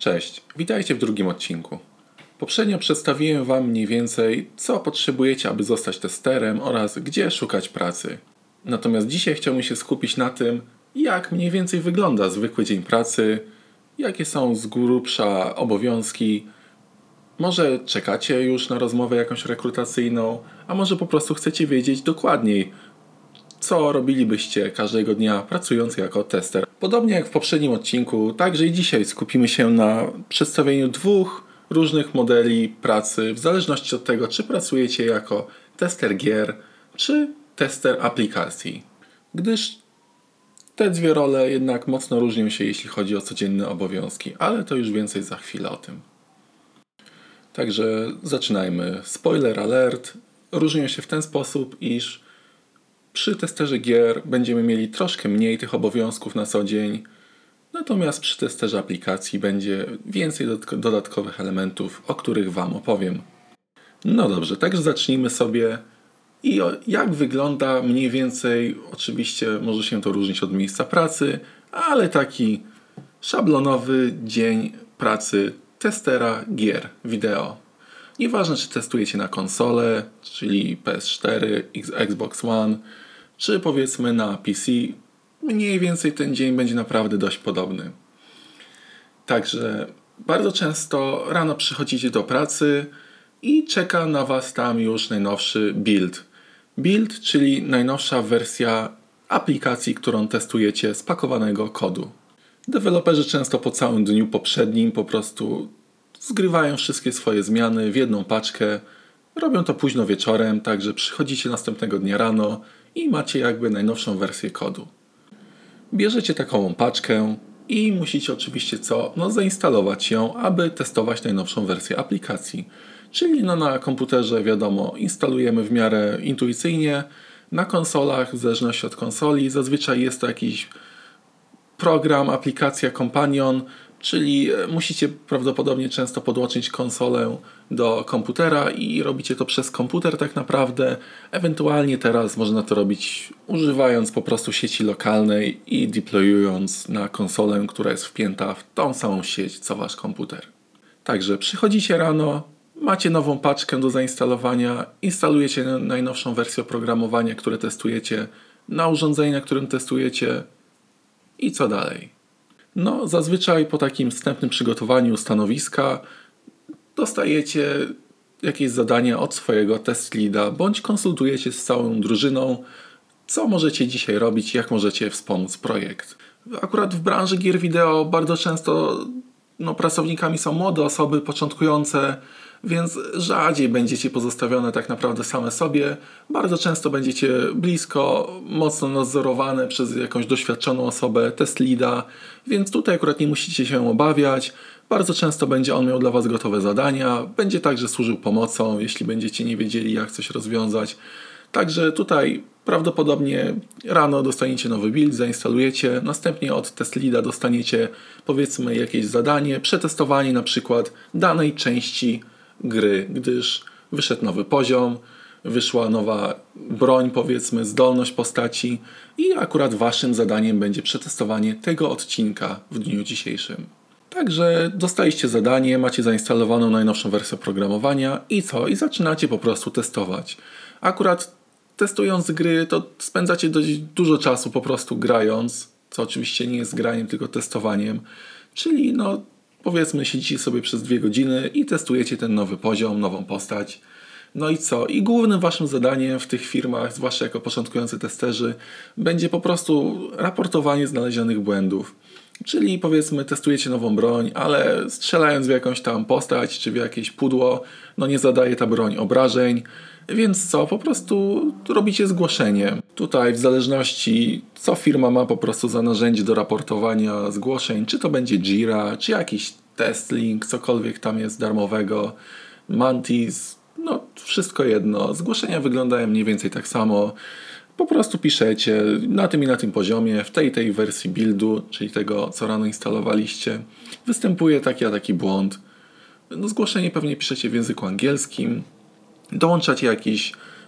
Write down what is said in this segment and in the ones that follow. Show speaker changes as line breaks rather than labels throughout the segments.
Cześć, witajcie w drugim odcinku. Poprzednio przedstawiłem Wam mniej więcej, co potrzebujecie, aby zostać testerem oraz gdzie szukać pracy. Natomiast dzisiaj chciałbym się skupić na tym, jak mniej więcej wygląda zwykły dzień pracy, jakie są z grubsza obowiązki. Może czekacie już na rozmowę jakąś rekrutacyjną, a może po prostu chcecie wiedzieć dokładniej, co robilibyście każdego dnia pracując jako tester. Podobnie jak w poprzednim odcinku, także i dzisiaj skupimy się na przedstawieniu dwóch różnych modeli pracy, w zależności od tego, czy pracujecie jako tester gier, czy tester aplikacji. Gdyż te dwie role jednak mocno różnią się, jeśli chodzi o codzienne obowiązki, ale to już więcej za chwilę o tym. Także zaczynajmy. Spoiler alert. Różnią się w ten sposób, iż przy testerze gier będziemy mieli troszkę mniej tych obowiązków na co dzień, natomiast przy testerze aplikacji będzie więcej dodatkowych elementów, o których Wam opowiem. No dobrze, także zacznijmy sobie. Jak wygląda mniej więcej, oczywiście może się to różnić od miejsca pracy, ale taki szablonowy dzień pracy testera gier wideo. Nieważne, czy testujecie na konsolę, czyli PS4, Xbox One, czy powiedzmy na PC, mniej więcej ten dzień będzie naprawdę dość podobny. Także bardzo często rano przychodzicie do pracy i czeka na Was tam już najnowszy build. Build, czyli najnowsza wersja aplikacji, którą testujecie, spakowanego kodu. Deweloperzy często po całym dniu poprzednim po prostu zgrywają wszystkie swoje zmiany w jedną paczkę. Robią to późno wieczorem, także przychodzicie następnego dnia rano i macie jakby najnowszą wersję kodu. Bierzecie taką paczkę i musicie oczywiście zainstalować ją, aby testować najnowszą wersję aplikacji. Czyli na komputerze wiadomo, instalujemy w miarę intuicyjnie, na konsolach, w zależności od konsoli, zazwyczaj jest to jakiś program, aplikacja, kompanion, czyli musicie prawdopodobnie często podłączyć konsolę do komputera i robicie to przez komputer tak naprawdę. Ewentualnie teraz można to robić używając po prostu sieci lokalnej i deployując na konsolę, która jest wpięta w tą samą sieć co Wasz komputer. Także przychodzicie rano, macie nową paczkę do zainstalowania, instalujecie najnowszą wersję oprogramowania, które testujecie na urządzeniu, na którym testujecie i co dalej? Zazwyczaj po takim wstępnym przygotowaniu stanowiska dostajecie jakieś zadania od swojego test leada, bądź konsultujecie z całą drużyną, co możecie dzisiaj robić, jak możecie wspomóc projekt. Akurat w branży gier wideo bardzo często pracownikami są młode osoby początkujące, więc rzadziej będziecie pozostawione tak naprawdę same sobie. Bardzo często będziecie blisko, mocno nadzorowane przez jakąś doświadczoną osobę, test leada, więc tutaj akurat nie musicie się obawiać. Bardzo często będzie on miał dla Was gotowe zadania, będzie także służył pomocą, jeśli będziecie nie wiedzieli, jak coś rozwiązać. Także tutaj prawdopodobnie rano dostaniecie nowy build, zainstalujecie, następnie od test leada dostaniecie powiedzmy jakieś zadanie, przetestowanie na przykład danej części gry, gdyż wyszedł nowy poziom, wyszła nowa broń, powiedzmy, zdolność postaci i akurat Waszym zadaniem będzie przetestowanie tego odcinka w dniu dzisiejszym. Także dostaliście zadanie, macie zainstalowaną najnowszą wersję oprogramowania i zaczynacie po prostu testować. Akurat testując gry, to spędzacie dość dużo czasu po prostu grając, co oczywiście nie jest graniem, tylko testowaniem, czyli powiedzmy siedzicie sobie przez 2 godziny i testujecie ten nowy poziom, nową postać. I głównym Waszym zadaniem w tych firmach, zwłaszcza jako początkujący testerzy, będzie po prostu raportowanie znalezionych błędów. Czyli powiedzmy testujecie nową broń, ale strzelając w jakąś tam postać czy w jakieś pudło, nie zadaje ta broń obrażeń, więc po prostu robicie zgłoszenie. Tutaj w zależności co firma ma po prostu za narzędzie do raportowania zgłoszeń, czy to będzie Jira, czy jakiś TestLink, cokolwiek tam jest darmowego, Mantis, wszystko jedno. Zgłoszenia wyglądają mniej więcej tak samo. Po prostu piszecie na tym i na tym poziomie, w tej wersji buildu, czyli tego, co rano instalowaliście, występuje taki a taki błąd. Zgłoszenie pewnie piszecie w języku angielskim, dołączacie jakiś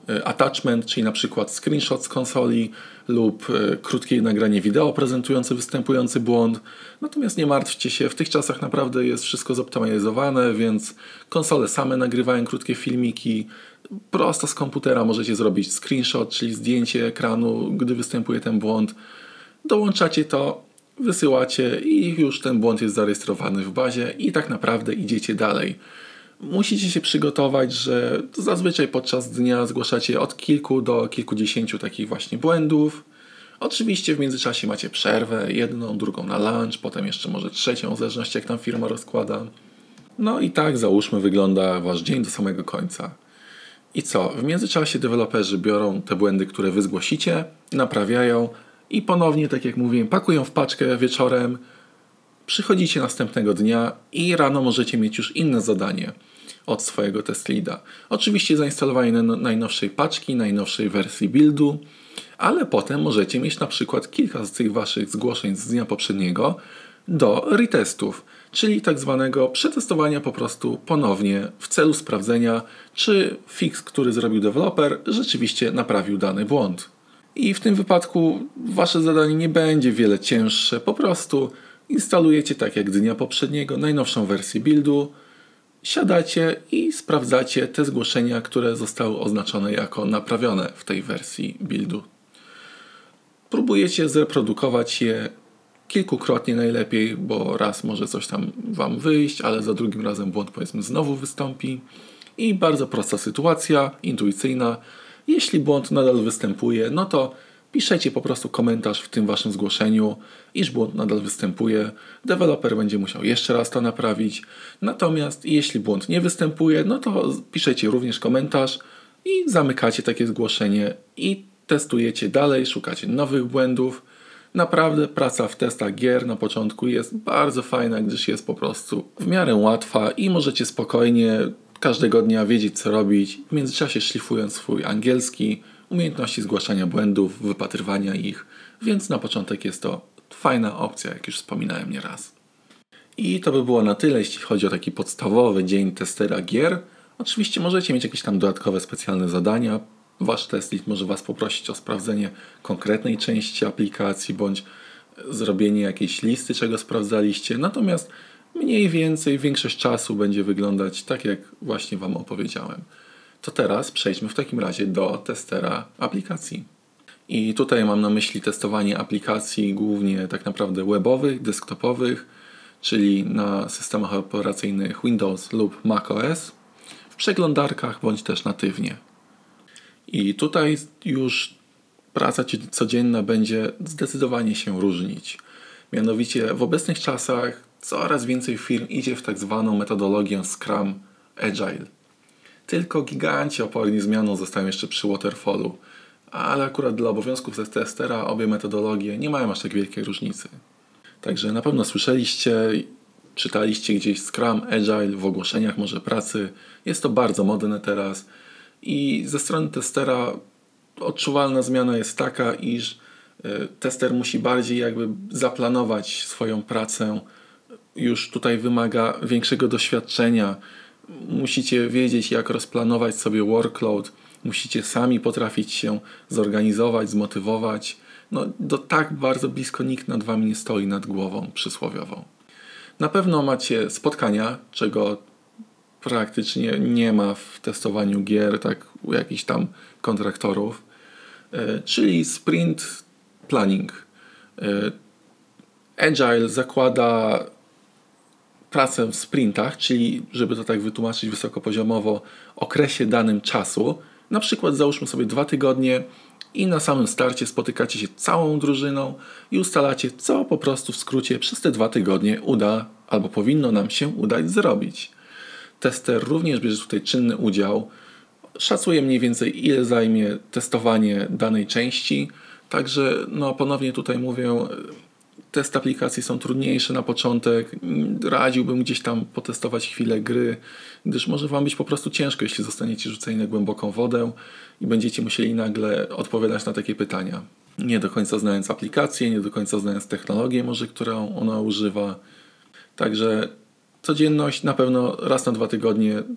attachment, czyli na przykład screenshot z konsoli lub krótkie nagranie wideo prezentujące występujący błąd. Natomiast nie martwcie się, w tych czasach naprawdę jest wszystko zoptymalizowane, więc konsole same nagrywają krótkie filmiki. Prosto z komputera możecie zrobić screenshot, czyli zdjęcie ekranu, gdy występuje ten błąd. Dołączacie to, wysyłacie i już ten błąd jest zarejestrowany w bazie i tak naprawdę idziecie dalej. Musicie się przygotować, że zazwyczaj podczas dnia zgłaszacie od kilku do kilkudziesięciu takich właśnie błędów. Oczywiście w międzyczasie macie przerwę, jedną, drugą na lunch, potem jeszcze może trzecią, w zależności jak tam firma rozkłada. No i tak załóżmy wygląda wasz dzień do samego końca. I co? W międzyczasie deweloperzy biorą te błędy, które wy zgłosicie, naprawiają i ponownie, tak jak mówiłem, pakują w paczkę wieczorem. Przychodzicie następnego dnia i rano możecie mieć już inne zadanie od swojego test leada. Oczywiście zainstalowanie najnowszej paczki, najnowszej wersji buildu, ale potem możecie mieć na przykład kilka z tych waszych zgłoszeń z dnia poprzedniego do retestów, czyli tak zwanego przetestowania po prostu ponownie w celu sprawdzenia, czy fix, który zrobił deweloper, rzeczywiście naprawił dany błąd. I w tym wypadku wasze zadanie nie będzie wiele cięższe, po prostu instalujecie tak jak dnia poprzedniego najnowszą wersję buildu, siadacie i sprawdzacie te zgłoszenia, które zostały oznaczone jako naprawione w tej wersji buildu. Próbujecie zreprodukować je kilkukrotnie najlepiej, bo raz może coś tam wam wyjść, ale za drugim razem błąd powiedzmy znowu wystąpi. I bardzo prosta sytuacja, intuicyjna. Jeśli błąd nadal występuje, no to piszecie po prostu komentarz w tym waszym zgłoszeniu, iż błąd nadal występuje. Deweloper będzie musiał jeszcze raz to naprawić. Natomiast jeśli błąd nie występuje, no to piszecie również komentarz i zamykacie takie zgłoszenie i testujecie dalej, szukacie nowych błędów. Naprawdę praca w testach gier na początku jest bardzo fajna, gdyż jest po prostu w miarę łatwa i możecie spokojnie każdego dnia wiedzieć, co robić, w międzyczasie szlifując swój angielski, umiejętności zgłaszania błędów, wypatrywania ich, więc na początek jest to fajna opcja, jak już wspominałem nieraz. I to by było na tyle, jeśli chodzi o taki podstawowy dzień testera gier. Oczywiście możecie mieć jakieś tam dodatkowe specjalne zadania. Wasz test lead może was poprosić o sprawdzenie konkretnej części aplikacji, bądź zrobienie jakiejś listy, czego sprawdzaliście. Natomiast mniej więcej większość czasu będzie wyglądać tak, jak właśnie wam opowiedziałem. To teraz przejdźmy w takim razie do testera aplikacji. I tutaj mam na myśli testowanie aplikacji głównie tak naprawdę webowych, desktopowych, czyli na systemach operacyjnych Windows lub macOS, w przeglądarkach bądź też natywnie. I tutaj już praca codzienna będzie zdecydowanie się różnić. Mianowicie w obecnych czasach coraz więcej firm idzie w tak zwaną metodologię Scrum Agile. Tylko giganci oporni zmianą zostają jeszcze przy waterfallu, ale akurat dla obowiązków testera obie metodologie nie mają aż tak wielkiej różnicy. Także na pewno słyszeliście, czytaliście gdzieś Scrum Agile w ogłoszeniach może pracy. Jest to bardzo modne teraz i ze strony testera odczuwalna zmiana jest taka, iż tester musi bardziej jakby zaplanować swoją pracę. Już tutaj wymaga większego doświadczenia. Musicie wiedzieć, jak rozplanować sobie workload. Musicie sami potrafić się zorganizować, zmotywować. No, tak bardzo blisko nikt nad wami nie stoi nad głową przysłowiową. Na pewno macie spotkania, czego praktycznie nie ma w testowaniu gier, tak u jakichś tam kontraktorów, czyli sprint planning. Agile zakłada pracę w sprintach, czyli żeby to tak wytłumaczyć wysokopoziomowo, okresie danym czasu. Na przykład załóżmy sobie 2 tygodnie i na samym starcie spotykacie się całą drużyną i ustalacie, co po prostu w skrócie przez te 2 tygodnie uda albo powinno nam się udać zrobić. Tester również bierze tutaj czynny udział. Szacuje mniej więcej, ile zajmie testowanie danej części. Także ponownie tutaj mówię, test aplikacji są trudniejsze na początek. Radziłbym gdzieś tam potestować chwilę gry, gdyż może wam być po prostu ciężko, jeśli zostaniecie rzuceni na głęboką wodę i będziecie musieli nagle odpowiadać na takie pytania. Nie do końca znając aplikację, nie do końca znając technologię może, którą ona używa. Także codzienność na pewno raz na 2 tygodnie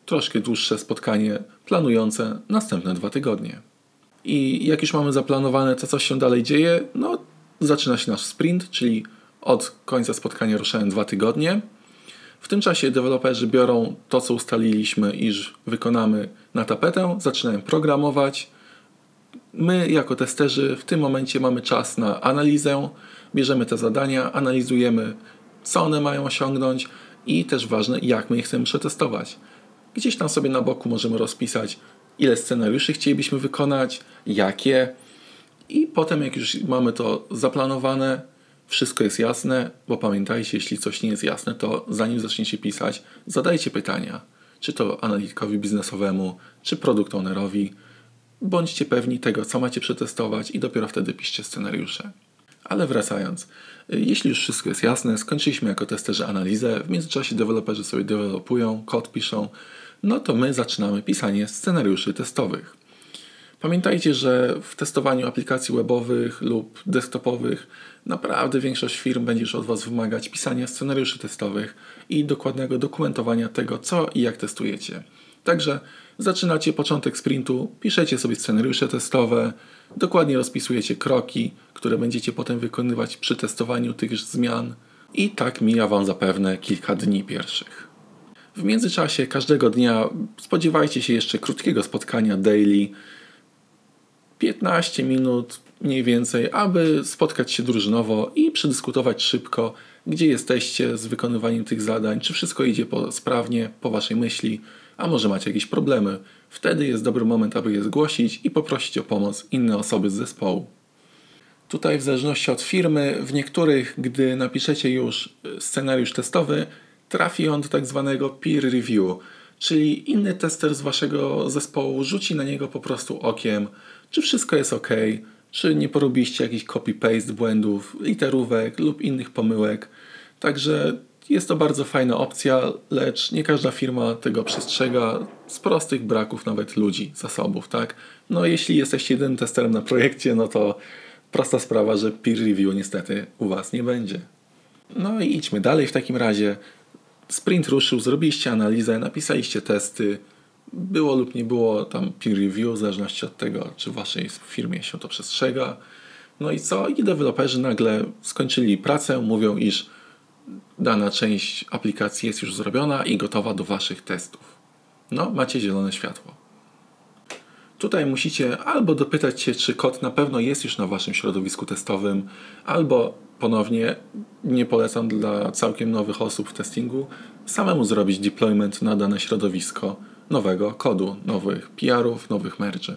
troszkę dłuższe spotkanie planujące następne 2 tygodnie. I jak już mamy zaplanowane to, co się dalej dzieje, no zaczyna się nasz sprint, czyli od końca spotkania ruszają 2 tygodnie. W tym czasie deweloperzy biorą to, co ustaliliśmy, iż wykonamy na tapetę, zaczynają programować. My jako testerzy w tym momencie mamy czas na analizę, bierzemy te zadania, analizujemy, co one mają osiągnąć i też ważne, jak my je chcemy przetestować. Gdzieś tam sobie na boku możemy rozpisać, ile scenariuszy chcielibyśmy wykonać, jakie i potem jak już mamy to zaplanowane, wszystko jest jasne, bo pamiętajcie, jeśli coś nie jest jasne, to zanim zaczniecie pisać, zadajcie pytania, czy to analitykowi biznesowemu, czy product ownerowi. Bądźcie pewni tego, co macie przetestować i dopiero wtedy piszcie scenariusze. Ale wracając, jeśli już wszystko jest jasne, skończyliśmy jako testerzy analizę, w międzyczasie deweloperzy sobie dewelopują, kod piszą, no to my zaczynamy pisanie scenariuszy testowych. Pamiętajcie, że w testowaniu aplikacji webowych lub desktopowych naprawdę większość firm będzie już od Was wymagać pisania scenariuszy testowych i dokładnego dokumentowania tego, co i jak testujecie. Także zaczynacie początek sprintu, piszecie sobie scenariusze testowe, dokładnie rozpisujecie kroki, które będziecie potem wykonywać przy testowaniu tych zmian i tak mija Wam zapewne kilka dni pierwszych. W międzyczasie każdego dnia spodziewajcie się jeszcze krótkiego spotkania daily, 15 minut mniej więcej, aby spotkać się drużynowo i przedyskutować szybko, gdzie jesteście z wykonywaniem tych zadań, czy wszystko idzie sprawnie po Waszej myśli, a może macie jakieś problemy. Wtedy jest dobry moment, aby je zgłosić i poprosić o pomoc inne osoby z zespołu. Tutaj w zależności od firmy, w niektórych, gdy napiszecie już scenariusz testowy, trafi on do tak zwanego peer review, czyli inny tester z Waszego zespołu rzuci na niego po prostu okiem, czy wszystko jest ok, czy nie porobiliście jakichś copy-paste błędów, literówek lub innych pomyłek. Także jest to bardzo fajna opcja, lecz nie każda firma tego przestrzega z prostych braków nawet ludzi, zasobów, tak? No jeśli jesteście jedynym testerem na projekcie, no to prosta sprawa, że peer review niestety u Was nie będzie. No i idźmy dalej w takim razie. Sprint ruszył, zrobiliście analizę, napisaliście testy, było lub nie było tam peer review, w zależności od tego, czy w Waszej firmie się to przestrzega. No i co? I deweloperzy nagle skończyli pracę, mówią, iż dana część aplikacji jest już zrobiona i gotowa do Waszych testów. No, macie zielone światło. Tutaj musicie albo dopytać się, czy kod na pewno jest już na Waszym środowisku testowym, albo ponownie, nie polecam dla całkiem nowych osób w testingu, samemu zrobić deployment na dane środowisko nowego kodu, nowych PR-ów, nowych merge'y.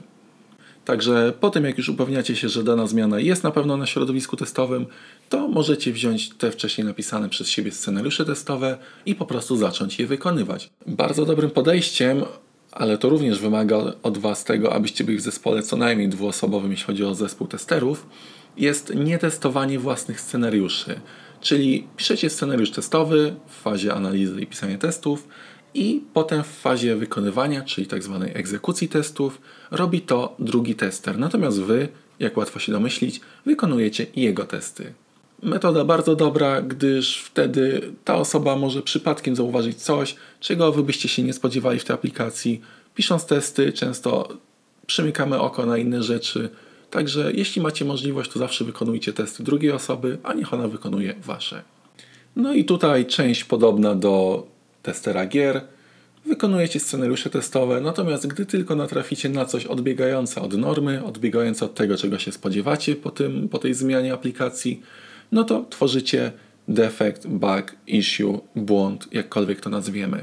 Także po tym, jak już upewniacie się, że dana zmiana jest na pewno na środowisku testowym, to możecie wziąć te wcześniej napisane przez siebie scenariusze testowe i po prostu zacząć je wykonywać. Bardzo dobrym podejściem, ale to również wymaga od Was tego, abyście byli w zespole co najmniej dwuosobowym, jeśli chodzi o zespół testerów, jest nietestowanie własnych scenariuszy. Czyli piszecie scenariusz testowy w fazie analizy i pisania testów i potem w fazie wykonywania, czyli tak zwanej egzekucji testów, robi to drugi tester. Natomiast Wy, jak łatwo się domyślić, wykonujecie jego testy. Metoda bardzo dobra, gdyż wtedy ta osoba może przypadkiem zauważyć coś, czego Wy byście się nie spodziewali w tej aplikacji. Pisząc testy, często przymykamy oko na inne rzeczy. Także jeśli macie możliwość, to zawsze wykonujcie testy drugiej osoby, a niech ona wykonuje Wasze. No i tutaj część podobna do testera gier. Wykonujecie scenariusze testowe, natomiast gdy tylko natraficie na coś odbiegające od normy, odbiegające od tego, czego się spodziewacie po tej zmianie aplikacji, no to tworzycie defekt, bug, issue, błąd, jakkolwiek to nazwiemy.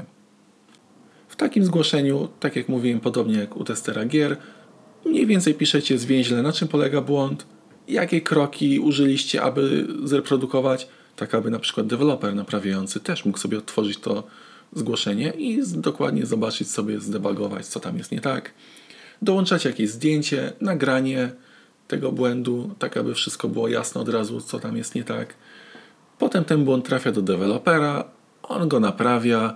W takim zgłoszeniu, tak jak mówiłem, podobnie jak u testera gier, mniej więcej piszecie zwięźle, na czym polega błąd, jakie kroki użyliście, aby zreprodukować, tak aby na przykład deweloper naprawiający też mógł sobie odtworzyć to zgłoszenie i dokładnie zobaczyć sobie, zdebugować, co tam jest nie tak. Dołączacie jakieś zdjęcie, nagranie tego błędu, tak aby wszystko było jasne od razu, co tam jest nie tak. Potem ten błąd trafia do dewelopera, on go naprawia,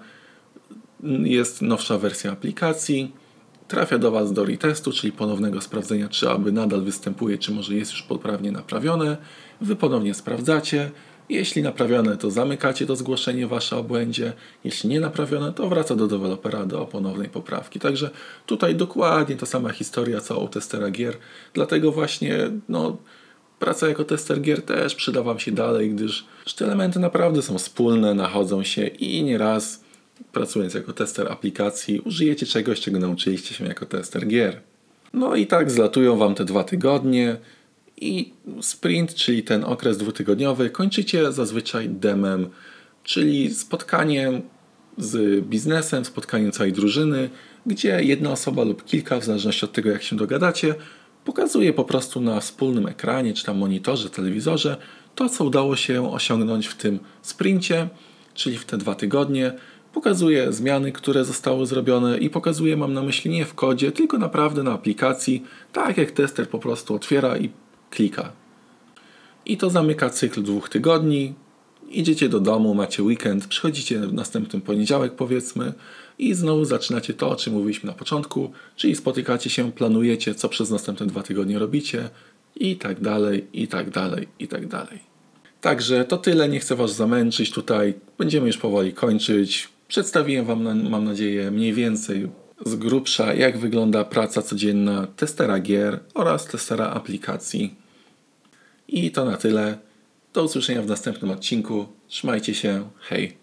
jest nowsza wersja aplikacji, trafia do Was do retestu, czyli ponownego sprawdzenia, czy aby nadal występuje, czy może jest już poprawnie naprawione. Wy ponownie sprawdzacie Jeśli naprawione, to zamykacie to zgłoszenie wasze o błędzie. Jeśli nie naprawione, to wraca do dewelopera do ponownej poprawki. Także tutaj dokładnie ta sama historia co u testera gier. Dlatego właśnie praca jako tester gier też przyda wam się dalej, gdyż te elementy naprawdę są wspólne, nachodzą się i nieraz pracując jako tester aplikacji użyjecie czegoś, czego nauczyliście się jako tester gier. No i tak zlatują wam te 2 tygodnie i sprint, czyli ten okres 2-tygodniowy, kończycie zazwyczaj demem, czyli spotkaniem z biznesem, spotkaniem całej drużyny, gdzie jedna osoba lub kilka, w zależności od tego jak się dogadacie, pokazuje po prostu na wspólnym ekranie, czy tam monitorze, telewizorze to, co udało się osiągnąć w tym sprincie, czyli w te 2 tygodnie. Pokazuje zmiany, które zostały zrobione i pokazuje, mam na myśli, nie w kodzie, tylko naprawdę na aplikacji, tak jak tester po prostu otwiera i klika. I to zamyka cykl 2 tygodni. Idziecie do domu, macie weekend, przychodzicie w następny poniedziałek powiedzmy i znowu zaczynacie to, o czym mówiliśmy na początku, czyli spotykacie się, planujecie, co przez następne 2 tygodnie robicie i tak dalej, i tak dalej, i tak dalej. Także to tyle, nie chcę was zamęczyć tutaj, będziemy już powoli kończyć. Przedstawiłem wam, mam nadzieję, mniej więcej z grubsza, jak wygląda praca codzienna testera gier oraz testera aplikacji. I to na tyle. Do usłyszenia w następnym odcinku. Trzymajcie się. Hej!